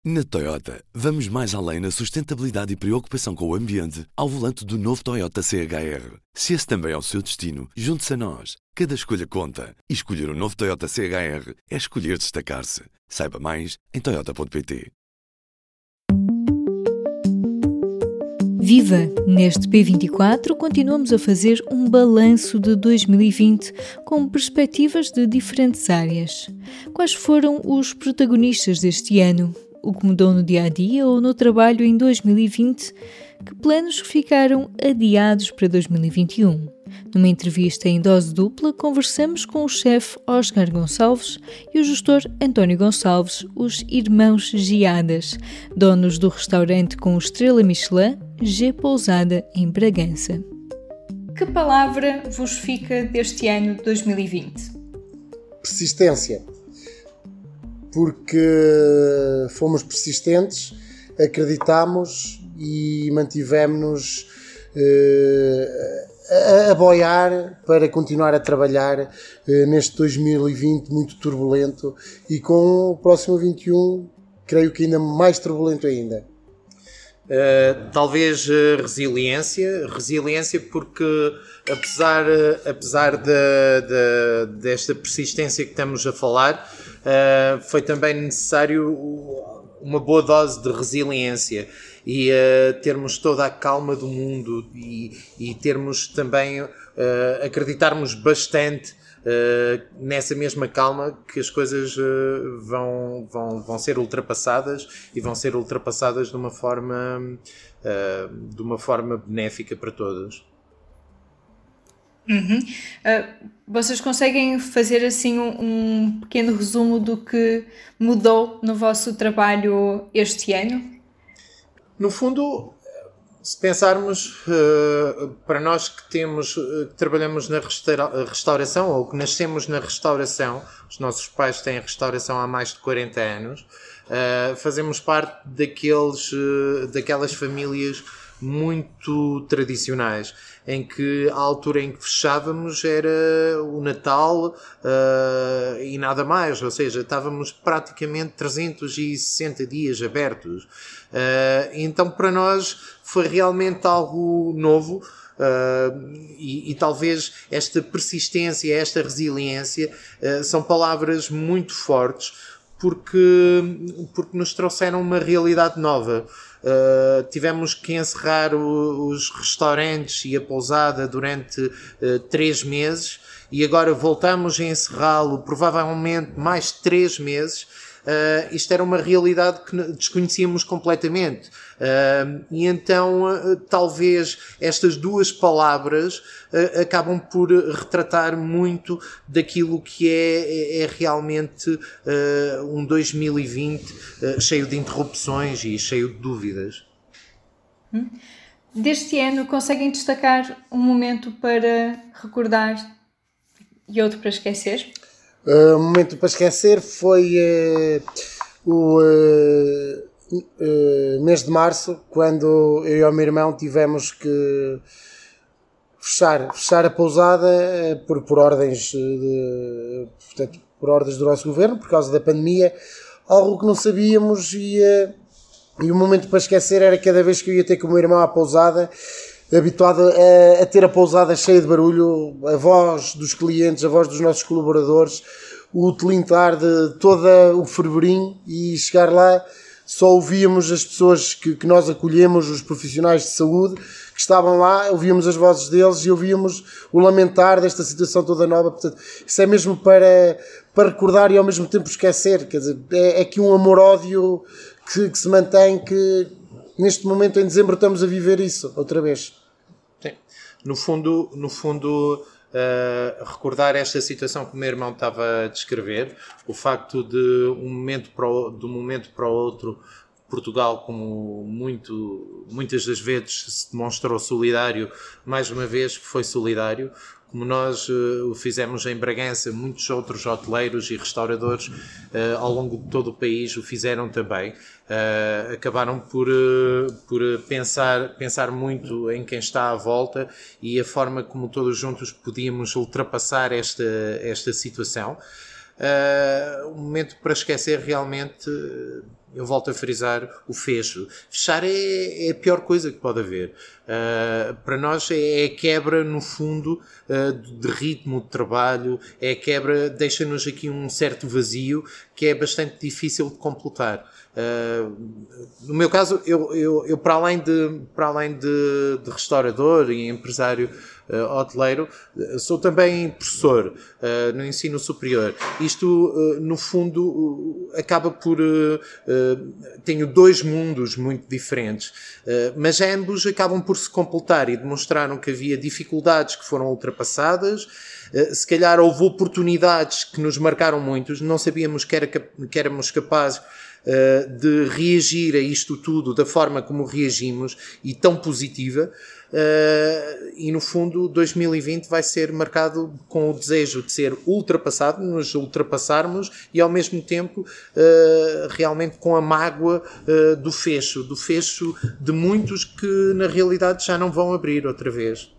Na Toyota, vamos mais além na sustentabilidade e preocupação com o ambiente ao volante do novo Toyota CHR. Se esse também é o seu destino, junte-se a nós. Cada escolha conta. E escolher o novo Toyota CHR é escolher destacar-se. Saiba mais em toyota.pt. Viva! Neste P24 continuamos a fazer um balanço de 2020 com perspectivas de diferentes áreas. Quais foram os protagonistas deste ano? O que mudou no dia-a-dia ou no trabalho em 2020? Que planos ficaram adiados para 2021? Numa entrevista em dose dupla, conversamos com o chefe Oscar Gonçalves e o gestor António Gonçalves, os irmãos Giadas, donos do restaurante com estrela Michelin, G Pousada, em Bragança. Que palavra vos fica deste ano de 2020? Persistência. Porque fomos persistentes, acreditámos e mantivemos-nos a boiar para continuar a trabalhar neste 2020 muito turbulento e com o próximo 21, creio que ainda mais turbulento ainda. Talvez resiliência porque apesar desta persistência que estamos a falar, foi também necessário uma boa dose de resiliência e termos toda a calma do mundo e termos também acreditarmos bastante nessa mesma calma que as coisas vão ser ultrapassadas e vão ser ultrapassadas de uma forma benéfica para todos. Vocês conseguem fazer assim um pequeno resumo do que mudou no vosso trabalho este ano? No fundo, se pensarmos, para nós que trabalhamos na restauração ou que nascemos na restauração, os nossos pais têm restauração há mais de 40 anos, fazemos parte daquelas famílias muito tradicionais, em que a altura em que fechávamos era o Natal e nada mais, ou seja, estávamos praticamente 360 dias abertos. Então para nós foi realmente algo novo e talvez esta persistência, esta resiliência são palavras muito fortes porque nos trouxeram uma realidade nova. Tivemos que encerrar os restaurantes e a pousada durante 3 meses e agora voltamos a encerrá-lo provavelmente mais 3 meses. Isto era uma realidade que desconhecíamos completamente e então talvez estas duas palavras acabam por retratar muito daquilo que é realmente um 2020 cheio de interrupções e cheio de dúvidas. Deste ano conseguem destacar um momento para recordar e outro para esquecer? O momento para esquecer foi o mês de março, quando eu e o meu irmão tivemos que fechar a pousada por ordens do nosso governo, por causa da pandemia, algo que não sabíamos e o momento para esquecer era cada vez que eu ia ter com o meu irmão à pousada, habituado a ter a pousada cheia de barulho, a voz dos clientes, a voz dos nossos colaboradores, o tilintar de todo o fervorim, e chegar lá só ouvíamos as pessoas que nós acolhemos, os profissionais de saúde que estavam lá, ouvíamos as vozes deles e ouvíamos o lamentar desta situação toda nova. Portanto, isso é mesmo para recordar e ao mesmo tempo esquecer. Quer dizer, é aqui um amor-ódio que se mantém, que neste momento, em dezembro, estamos a viver isso outra vez. Sim. No fundo recordar esta situação que o meu irmão estava a descrever, o facto de de um momento para o outro, Portugal, como muitas das vezes se demonstrou solidário, mais uma vez foi solidário. Como nós o fizemos em Bragança, muitos outros hoteleiros e restauradores ao longo de todo o país o fizeram também. Acabaram por pensar muito em quem está à volta e a forma como todos juntos podíamos ultrapassar esta situação. Um momento para esquecer realmente eu volto a frisar o fecho. Fechar é a pior coisa que pode haver. Para nós é a quebra, no fundo, de ritmo de trabalho, é a quebra, deixa-nos aqui um certo vazio que é bastante difícil de completar. No meu caso, eu para além de restaurador e empresário hoteleiro, sou também professor no ensino superior. Isto, no fundo, acaba por... tenho dois mundos muito diferentes, mas ambos acabam por se completar e demonstraram que havia dificuldades que foram ultrapassadas. Se calhar houve oportunidades que nos marcaram muito, não sabíamos que éramos capazes de reagir a isto tudo da forma como reagimos e tão positiva. E no fundo 2020 vai ser marcado com o desejo de ser ultrapassado, nos ultrapassarmos e ao mesmo tempo realmente com a mágoa do fecho de muitos que na realidade já não vão abrir outra vez.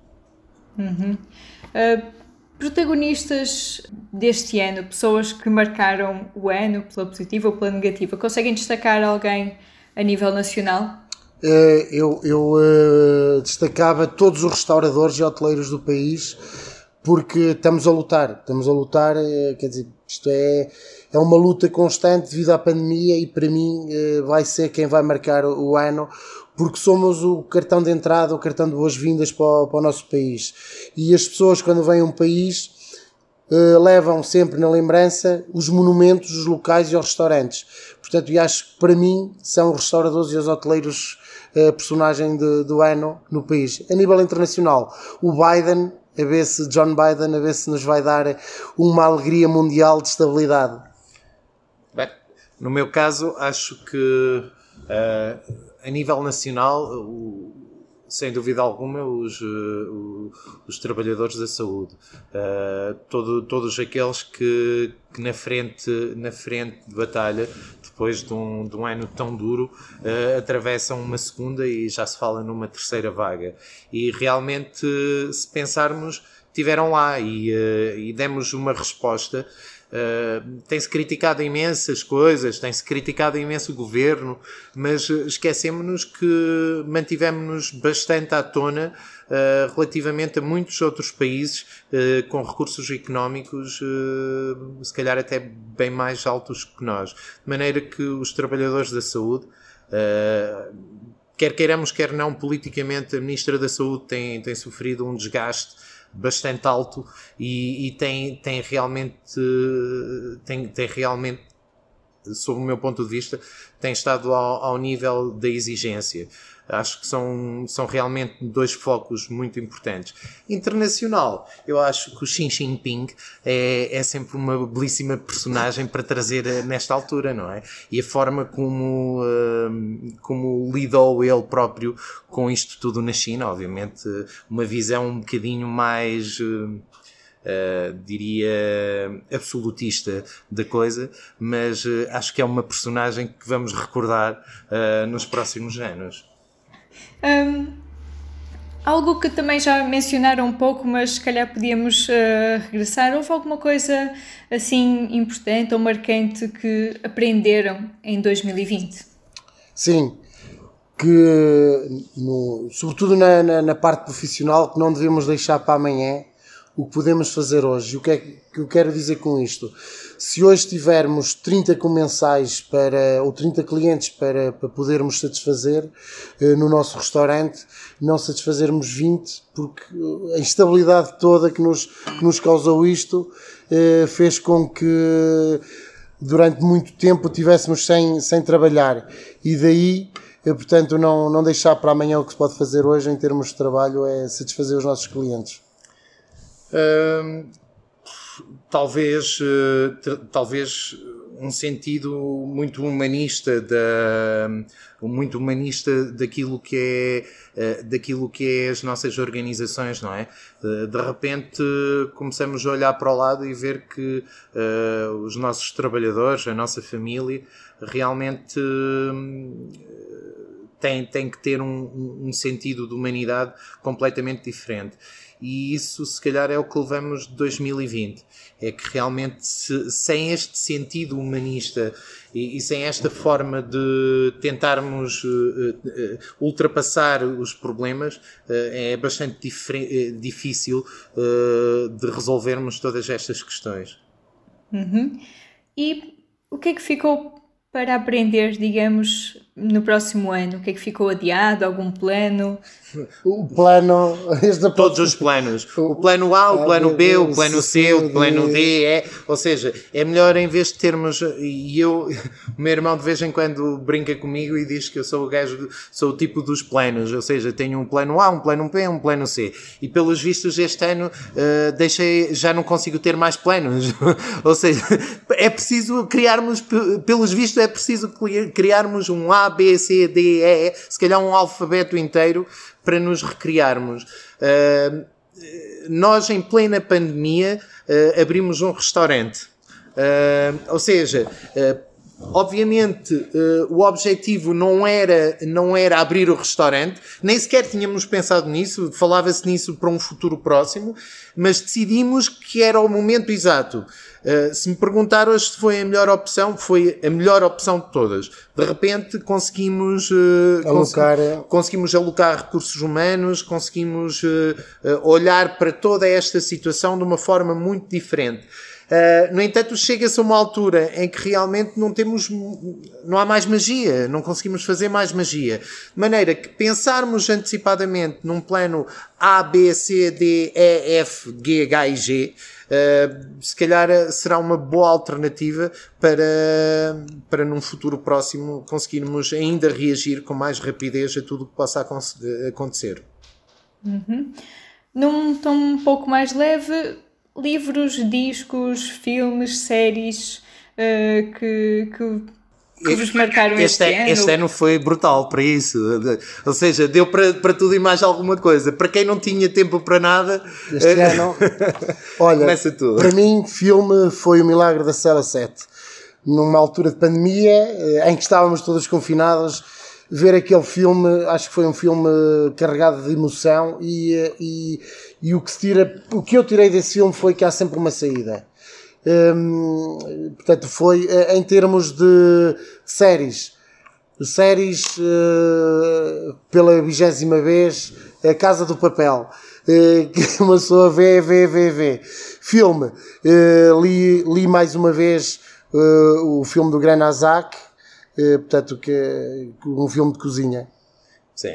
Protagonistas deste ano, pessoas que marcaram o ano pela positiva ou pela negativa, conseguem destacar alguém a nível nacional? Eu destacava todos os restauradores e hoteleiros do país, porque estamos a lutar, quer dizer, isto é uma luta constante devido à pandemia e para mim vai ser quem vai marcar o ano, porque somos o cartão de entrada, o cartão de boas-vindas para o nosso país. E as pessoas, quando vêm a um país, levam sempre na lembrança os monumentos, os locais e os restaurantes. Portanto, eu acho que para mim são os restauradores e os hoteleiros a personagem do ano no país. A nível internacional, o Biden, John Biden, a ver se nos vai dar uma alegria mundial de estabilidade. Bem, no meu caso, acho que a nível nacional, sem dúvida alguma, os trabalhadores da saúde, todos aqueles que na frente de batalha, depois de um ano tão duro, atravessam uma segunda e já se fala numa terceira vaga. E realmente, se pensarmos, tiveram lá e demos uma resposta. Tem-se criticado imensas coisas, tem-se criticado imenso o governo, mas esquecemos-nos que mantivemos-nos bastante à tona relativamente a muitos outros países com recursos económicos se calhar até bem mais altos que nós, de maneira que os trabalhadores da saúde, quer queiramos quer não, politicamente a Ministra da Saúde tem sofrido um desgaste bastante alto e tem realmente, sob o meu ponto de vista, tem estado ao nível da exigência. Acho que são realmente dois focos muito importantes. Internacional, eu acho que o Xi Jinping é sempre uma belíssima personagem para trazer nesta altura, não é? E a forma como lidou ele próprio com isto tudo na China, obviamente uma visão um bocadinho mais... diria absolutista da coisa, mas acho que é uma personagem que vamos recordar nos próximos anos. Algo que também já mencionaram um pouco, mas se calhar podíamos regressar. Houve alguma coisa assim importante ou marcante que aprenderam em 2020? Sim, que sobretudo na parte profissional, que não devemos deixar para amanhã o que podemos fazer hoje. O que é que eu quero dizer com isto? Se hoje tivermos 30 comensais ou 30 clientes para podermos satisfazer no nosso restaurante, não satisfazermos 20, porque a instabilidade toda que nos causou isto fez com que durante muito tempo estivéssemos sem trabalhar. E daí, portanto, não deixar para amanhã o que se pode fazer hoje em termos de trabalho é satisfazer os nossos clientes. Talvez um sentido muito humanista daquilo que é as nossas organizações, não é? De repente começamos a olhar para o lado e ver que os nossos trabalhadores, a nossa família, realmente tem que ter um sentido de humanidade completamente diferente. E isso, se calhar, é o que levamos de 2020. É que realmente, sem este sentido humanista e sem esta forma de tentarmos ultrapassar os problemas, é bastante difícil de resolvermos todas estas questões. E o que é que ficou para aprender, digamos, no próximo ano? O que é que ficou adiado? Algum plano? O plano... Todos os planos. O plano A, o plano B, o plano C, o plano D, ou seja, é melhor em vez de termos... E o meu irmão de vez em quando brinca comigo e diz que eu sou sou o tipo dos planos, ou seja, tenho um plano A, um plano B, um plano C. E pelos vistos este ano já não consigo ter mais planos. Ou seja, é preciso criarmos, pelos vistos é preciso criarmos um A, B, C, D, E, se calhar um alfabeto inteiro para nos recriarmos. Nós, em plena pandemia, abrimos um restaurante. Ou seja, obviamente, o objetivo não era abrir o restaurante, nem sequer tínhamos pensado nisso, falava-se nisso para um futuro próximo, mas decidimos que era o momento exato. Se me perguntar hoje se foi a melhor opção, foi a melhor opção de todas. De repente conseguimos alocar recursos humanos, conseguimos olhar para toda esta situação de uma forma muito diferente. No entanto, chega-se a uma altura em que realmente não há mais magia, não conseguimos fazer mais magia. De maneira que pensarmos antecipadamente num plano A, B, C, D, E, F, G, H e G, se calhar será uma boa alternativa para num futuro próximo conseguirmos ainda reagir com mais rapidez a tudo o que possa acontecer. Num tom um pouco mais leve, livros, discos, filmes, séries que vos marcaram este ano? Este ano foi brutal para isso. Ou seja, deu para tudo e mais alguma coisa. Para quem não tinha tempo para nada... Este ano... Olha, começa tudo. Para mim, filme foi O Milagre da Cela 7. Numa altura de pandemia, em que estávamos todos confinados, ver aquele filme, acho que foi um filme carregado de emoção e o que eu tirei desse filme foi que há sempre uma saída. Portanto, foi em termos de séries, pela 20ª vez, A Casa do Papel, que uma pessoa vê. Filme, li mais uma vez o filme do Gran Azak, portanto, um filme de cozinha. Sim.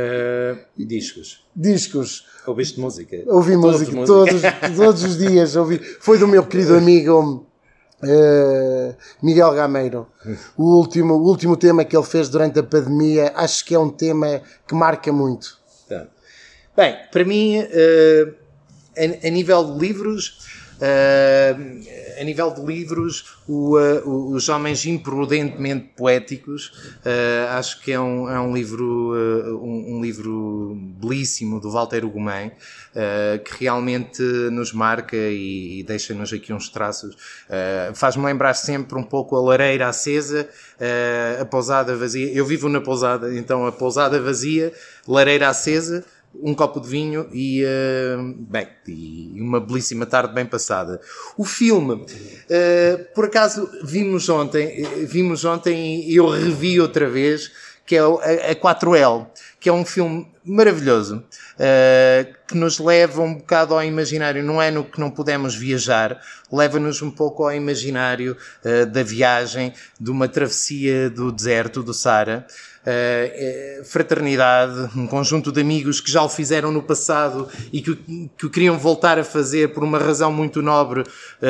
Discos. Ouviste música? Ouvi música todos os dias. Foi do meu querido amigo Miguel Gameiro. O último tema que ele fez durante a pandemia, acho que é um tema que marca muito. Tá. Bem, para mim, a nível de livros, Os Homens Imprudentemente Poéticos, acho que é um livro belíssimo do Walter Ugumem, que realmente nos marca e deixa-nos aqui uns traços. Faz-me lembrar sempre um pouco a lareira acesa, a pousada vazia. Eu vivo na pousada, então a pousada vazia, lareira acesa, um copo de vinho e uma belíssima tarde bem passada. O filme, por acaso vimos ontem e eu revi outra vez, que é a 4L, que é um filme maravilhoso, que nos leva um bocado ao imaginário. Não é no que não podemos viajar, leva-nos um pouco ao imaginário da viagem, de uma travessia do deserto, do Saara. Fraternidade, um conjunto de amigos que já o fizeram no passado e que o queriam voltar a fazer por uma razão muito nobre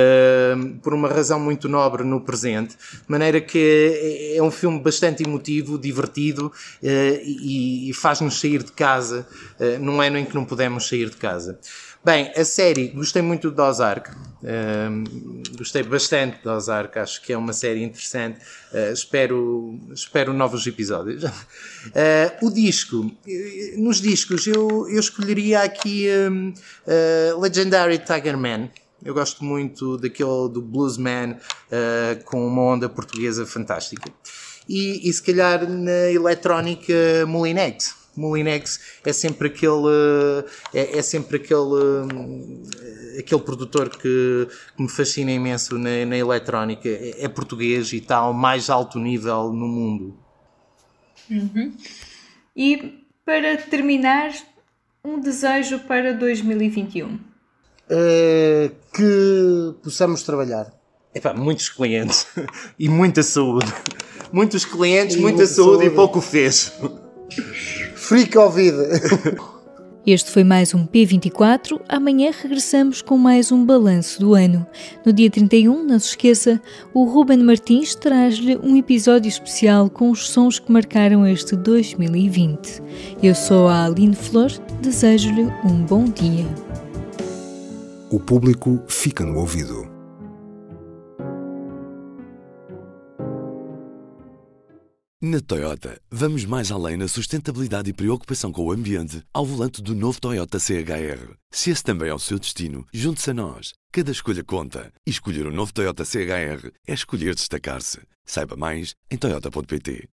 no presente, de maneira que é um filme bastante emotivo, divertido, e faz-nos sair de casa num ano em que não podemos sair de casa. Bem, a série, gostei muito de Ozark, gostei bastante de Ozark, acho que é uma série interessante, espero novos episódios. O disco, nos discos eu escolheria aqui Legendary Tiger Man. Eu gosto muito daquele do Bluesman, com uma onda portuguesa fantástica. e se calhar na eletrónica Molinex. Molinex é sempre aquele produtor que me fascina imenso na eletrónica. É português e está ao mais alto nível no mundo. E para terminar, um desejo para 2021? Que possamos trabalhar. Muitos clientes e muita saúde. Muitos clientes, muita saúde e pouco fecho. Free Covid. Este foi mais um P24. Amanhã regressamos com mais um balanço do ano. No dia 31, não se esqueça, o Ruben Martins traz-lhe um episódio especial com os sons que marcaram este 2020. Eu sou a Aline Flor, desejo-lhe um bom dia. O público fica no ouvido. Na Toyota, vamos mais além na sustentabilidade e preocupação com o ambiente ao volante do novo Toyota CHR. Se esse também é o seu destino, junte-se a nós. Cada escolha conta. E escolher o novo Toyota CHR é escolher destacar-se. Saiba mais em toyota.pt.